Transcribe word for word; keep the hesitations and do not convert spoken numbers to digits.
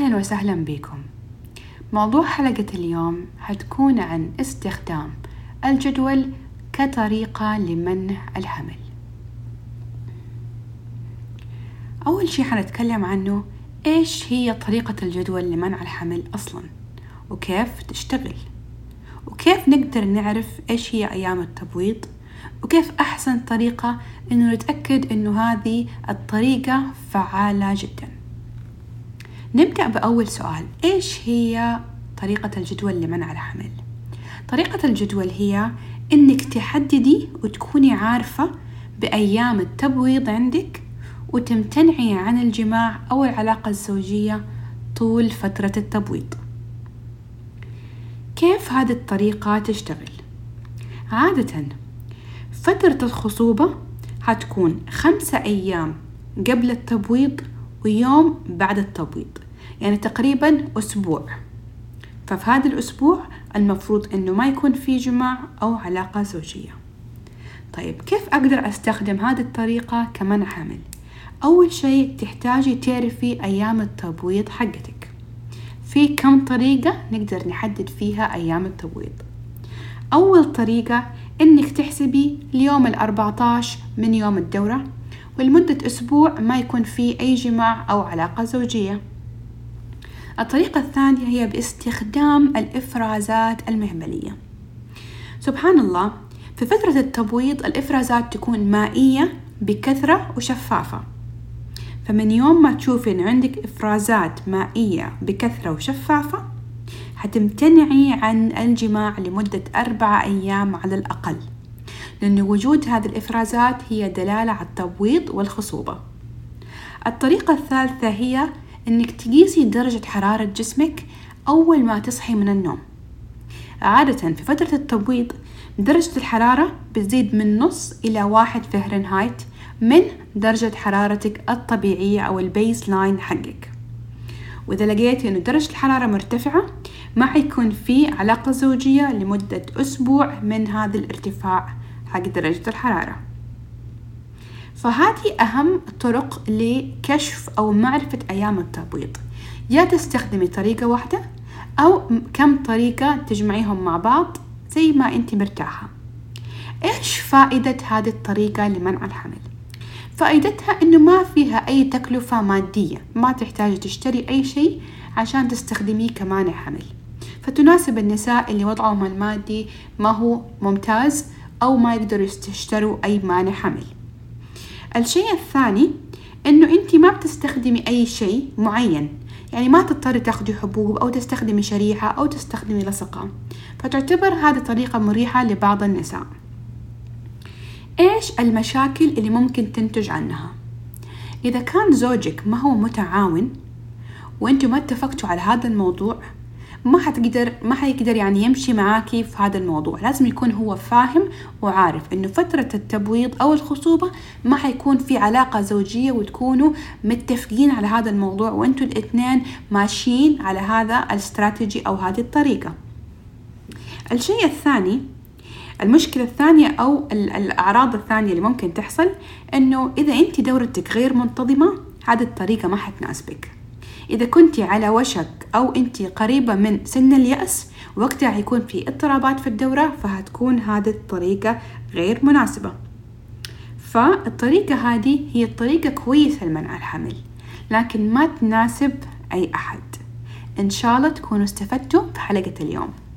أهلا وسهلا بكم. موضوع حلقة اليوم هتكون عن استخدام الجدول كطريقة لمنع الحمل. أول شيء حنتكلم عنه إيش هي طريقة الجدول لمنع الحمل أصلا، وكيف تشتغل، وكيف نقدر نعرف إيش هي أيام التبويض، وكيف أحسن طريقة إنه نتأكد إنه هذه الطريقة فعالة جدا. نبدأ بأول سؤال، إيش هي طريقة الجدول لمنع الحمل؟ طريقة الجدول هي إنك تحددي وتكوني عارفة بأيام التبويض عندك وتمتنعي عن الجماع أو العلاقة الزوجية طول فترة التبويض. كيف هذه الطريقة تشتغل؟ عادة فترة الخصوبة هتكون خمسة أيام قبل التبويض ويوم بعد التبويض، يعني تقريبا أسبوع. ففي هذا الأسبوع المفروض أنه ما يكون في جماع أو علاقة زوجية. طيب كيف أقدر أستخدم هذه الطريقة كمنع حمل؟ أول شيء تحتاجي تعرفي أيام التبويض حقتك. في كم طريقة نقدر نحدد فيها أيام التبويض. أول طريقة إنك تحسبي اليوم الأربعة عشر من يوم الدورة ولمدة أسبوع ما يكون فيه أي جماع أو علاقة زوجية. الطريقة الثانية هي باستخدام الإفرازات المهبلية. سبحان الله، في فترة التبويض الإفرازات تكون مائية بكثرة وشفافة، فمن يوم ما تشوفي إن عندك إفرازات مائية بكثرة وشفافة هتمتنعي عن الجماع لمدة أربعة أيام على الأقل، لأن وجود هذه الإفرازات هي دلالة على التبويض والخصوبة. الطريقة الثالثة هي إنك تقيسي درجة حرارة جسمك أول ما تصحي من النوم. عادة في فترة التبويض درجة الحرارة بتزيد من نص إلى واحد فهرنهايت من درجة حرارتك الطبيعية أو البيس لاين حقك. وإذا لقيتي إنه درجة الحرارة مرتفعة ما حيكون في علاقة زوجية لمدة أسبوع من هذا الارتفاع حق درجة الحرارة. فهذه أهم طرق لكشف أو معرفة أيام التبويض، يا تستخدمي طريقة واحدة أو كم طريقة تجمعيهم مع بعض زي ما أنت مرتاحة. إيش فائدة هذه الطريقة لمنع الحمل؟ فائدتها إنه ما فيها أي تكلفة مادية، ما تحتاجي تشتري أي شيء عشان تستخدميه كمانع حمل، فتناسب النساء اللي وضعهم المادي ما هو ممتاز أو ما يقدروا يشتروا أي مانع حمل. الشيء الثاني إنه أنت ما بتستخدمي أي شيء معين، يعني ما تضطري تاخدي حبوب أو تستخدمي شريحة أو تستخدمي لصقة، فتعتبر هذه طريقة مريحة لبعض النساء. إيش المشاكل اللي ممكن تنتج عنها؟ إذا كان زوجك ما هو متعاون وأنتوا ما اتفقتوا على هذا الموضوع ما حتقدر ما حيقدر يعني يمشي معاكي في هذا الموضوع. لازم يكون هو فاهم وعارف إنه فترة التبويض أو الخصوبة ما حيكون في علاقة زوجية، وتكونوا متفقين على هذا الموضوع وأنتوا الاثنين ماشيين على هذا الاستراتيجي أو هذه الطريقة. الشيء الثاني، المشكلة الثانية أو الأعراض الثانية اللي ممكن تحصل إنه إذا أنت دورتك غير منتظمة هذه الطريقة ما حتناسبك. إذا كنت على وشك أو أنت قريبة من سن اليأس وقتها هيكون في اضطرابات في الدورة، فهتكون هذه الطريقة غير مناسبة. فالطريقة هذه هي الطريقة كويسة لمنع الحمل، لكن ما تناسب أي أحد. إن شاء الله تكونوا استفدتوا في حلقة اليوم.